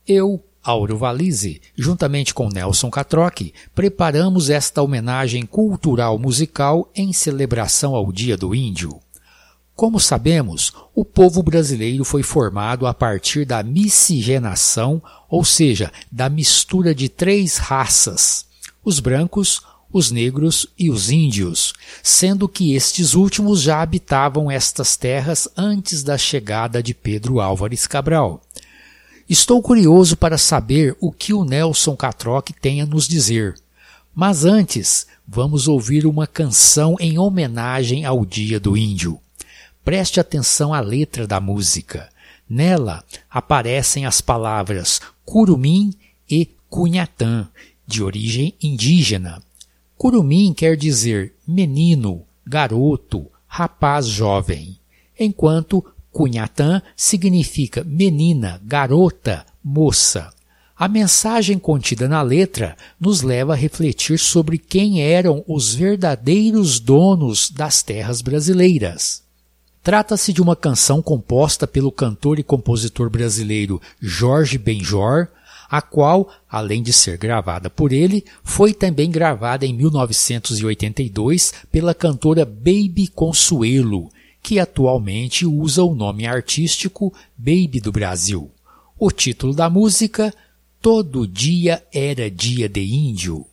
Eu, Auro Valise, juntamente com Nelson Catrock, preparamos esta homenagem cultural musical em celebração ao Dia do Índio. Como sabemos, o povo brasileiro foi formado a partir da miscigenação, ou seja, da mistura de 3 raças, os brancos, os negros e os índios, sendo que estes últimos já habitavam estas terras antes da chegada de Pedro Álvares Cabral. Estou curioso para saber o que o Nelson Catrock tem a nos dizer, mas antes vamos ouvir uma canção em homenagem ao Dia do Índio. Preste atenção à letra da música. Nela aparecem as palavras curumim e cunhatã, de origem indígena. Curumim quer dizer menino, garoto, rapaz jovem, enquanto cunhatã significa menina, garota, moça. A mensagem contida na letra nos leva a refletir sobre quem eram os verdadeiros donos das terras brasileiras. Trata-se de uma canção composta pelo cantor e compositor brasileiro Jorge Benjor, a qual, além de ser gravada por ele, foi também gravada em 1982 pela cantora Baby Consuelo, que atualmente usa o nome artístico Baby do Brasil. O título da música, Todo Dia Era Dia de Índio.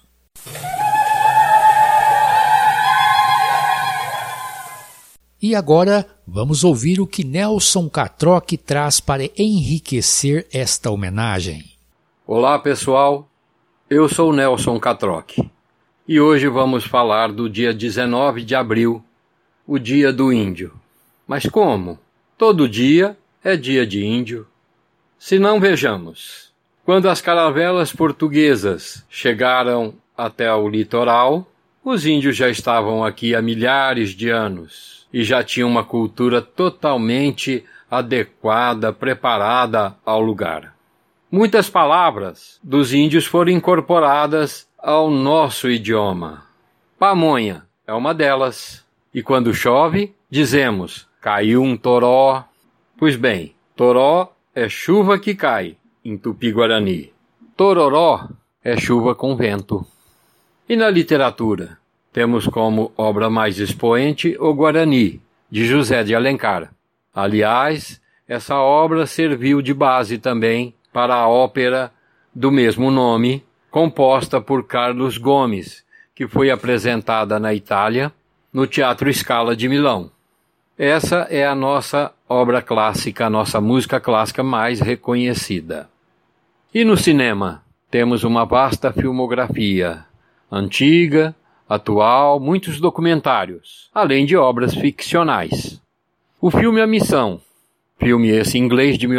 E agora vamos ouvir o que Nelson Catrock traz para enriquecer esta homenagem. Olá pessoal, eu sou Nelson Catrock e hoje vamos falar do dia 19 de abril, o Dia do Índio. Mas como? Todo dia é dia de índio. Se não, vejamos. Quando as caravelas portuguesas chegaram até o litoral, os índios já estavam aqui há milhares de anos e já tinham uma cultura totalmente adequada, preparada ao lugar. Muitas palavras dos índios foram incorporadas ao nosso idioma. Pamonha é uma delas. E quando chove, dizemos, caiu um toró. Pois bem, toró é chuva que cai, em Tupi-Guarani. Tororó é chuva com vento. E na literatura, temos como obra mais expoente o Guarani, de José de Alencar. Aliás, essa obra serviu de base também para a ópera do mesmo nome, composta por Carlos Gomes, que foi apresentada na Itália, no Teatro Scala de Milão. Essa é a nossa obra clássica, a nossa música clássica mais reconhecida. E no cinema, temos uma vasta filmografia, antiga, atual, muitos documentários, além de obras ficcionais. O filme A Missão, filme esse inglês de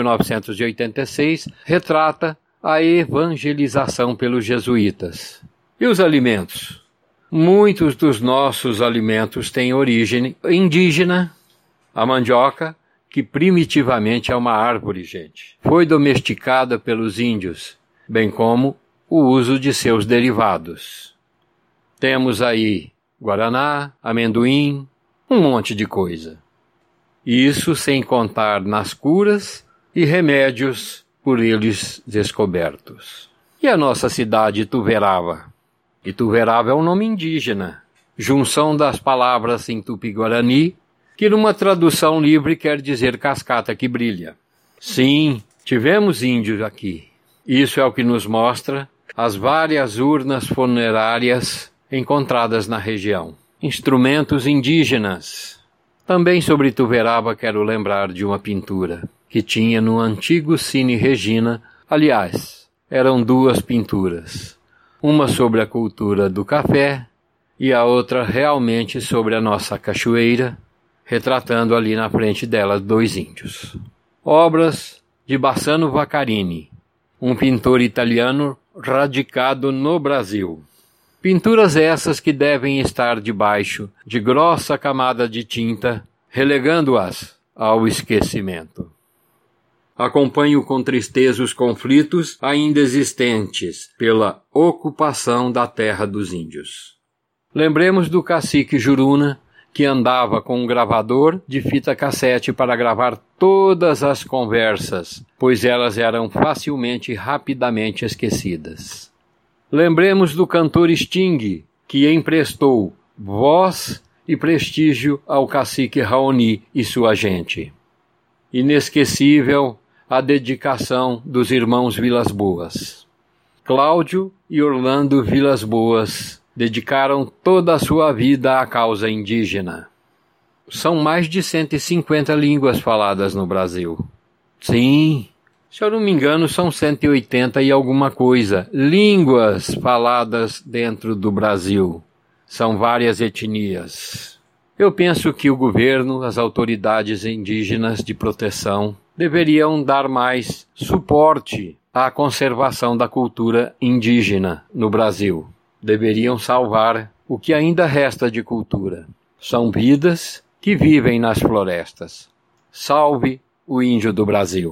1986, retrata a evangelização pelos jesuítas. E os alimentos? Muitos dos nossos alimentos têm origem indígena. A mandioca, que primitivamente é uma árvore, gente, foi domesticada pelos índios, bem como o uso de seus derivados. Temos aí guaraná, amendoim, um monte de coisa. Isso sem contar nas curas e remédios por eles descobertos. E a nossa cidade Ituverava? Ituverava é um nome indígena, junção das palavras em Tupi-Guarani, que numa tradução livre quer dizer cascata que brilha. Sim, tivemos índios aqui. Isso é o que nos mostra as várias urnas funerárias encontradas na região. Instrumentos indígenas. Também sobre Ituverava quero lembrar de uma pintura que tinha no antigo Cine Regina. Aliás, eram 2 pinturas. Uma sobre a cultura do café e a outra realmente sobre a nossa cachoeira, retratando ali na frente dela 2 índios. Obras de Bassano Vaccarini, um pintor italiano radicado no Brasil. Pinturas essas que devem estar debaixo de grossa camada de tinta, relegando-as ao esquecimento. Acompanho com tristeza os conflitos ainda existentes pela ocupação da terra dos índios. Lembremos do cacique Juruna, que andava com um gravador de fita cassete para gravar todas as conversas, pois elas eram facilmente e rapidamente esquecidas. Lembremos do cantor Sting, que emprestou voz e prestígio ao cacique Raoni e sua gente. Inesquecível a dedicação dos irmãos Vilas Boas. Cláudio e Orlando Vilas Boas dedicaram toda a sua vida à causa indígena. São mais de 150 línguas faladas no Brasil. Sim, se eu não me engano, são 180 e alguma coisa línguas faladas dentro do Brasil. São várias etnias. Eu penso que o governo, as autoridades indígenas de proteção, deveriam dar mais suporte à conservação da cultura indígena no Brasil. Deveriam salvar o que ainda resta de cultura. São vidas que vivem nas florestas. Salve o índio do Brasil!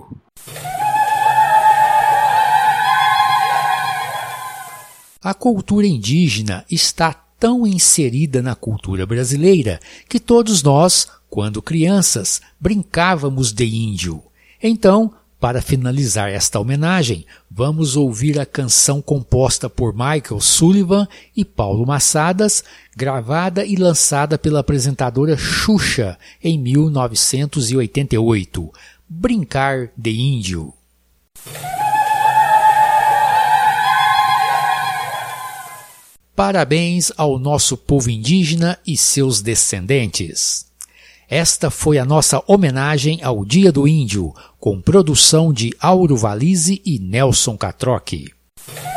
A cultura indígena está tão inserida na cultura brasileira que todos nós, quando crianças, brincávamos de índio. Então, para finalizar esta homenagem, vamos ouvir a canção composta por Michael Sullivan e Paulo Massadas, gravada e lançada pela apresentadora Xuxa em 1988, Brincar de Índio. Parabéns ao nosso povo indígena e seus descendentes. Esta foi a nossa homenagem ao Dia do Índio, com produção de Auro Valise e Nelson Catrocchi.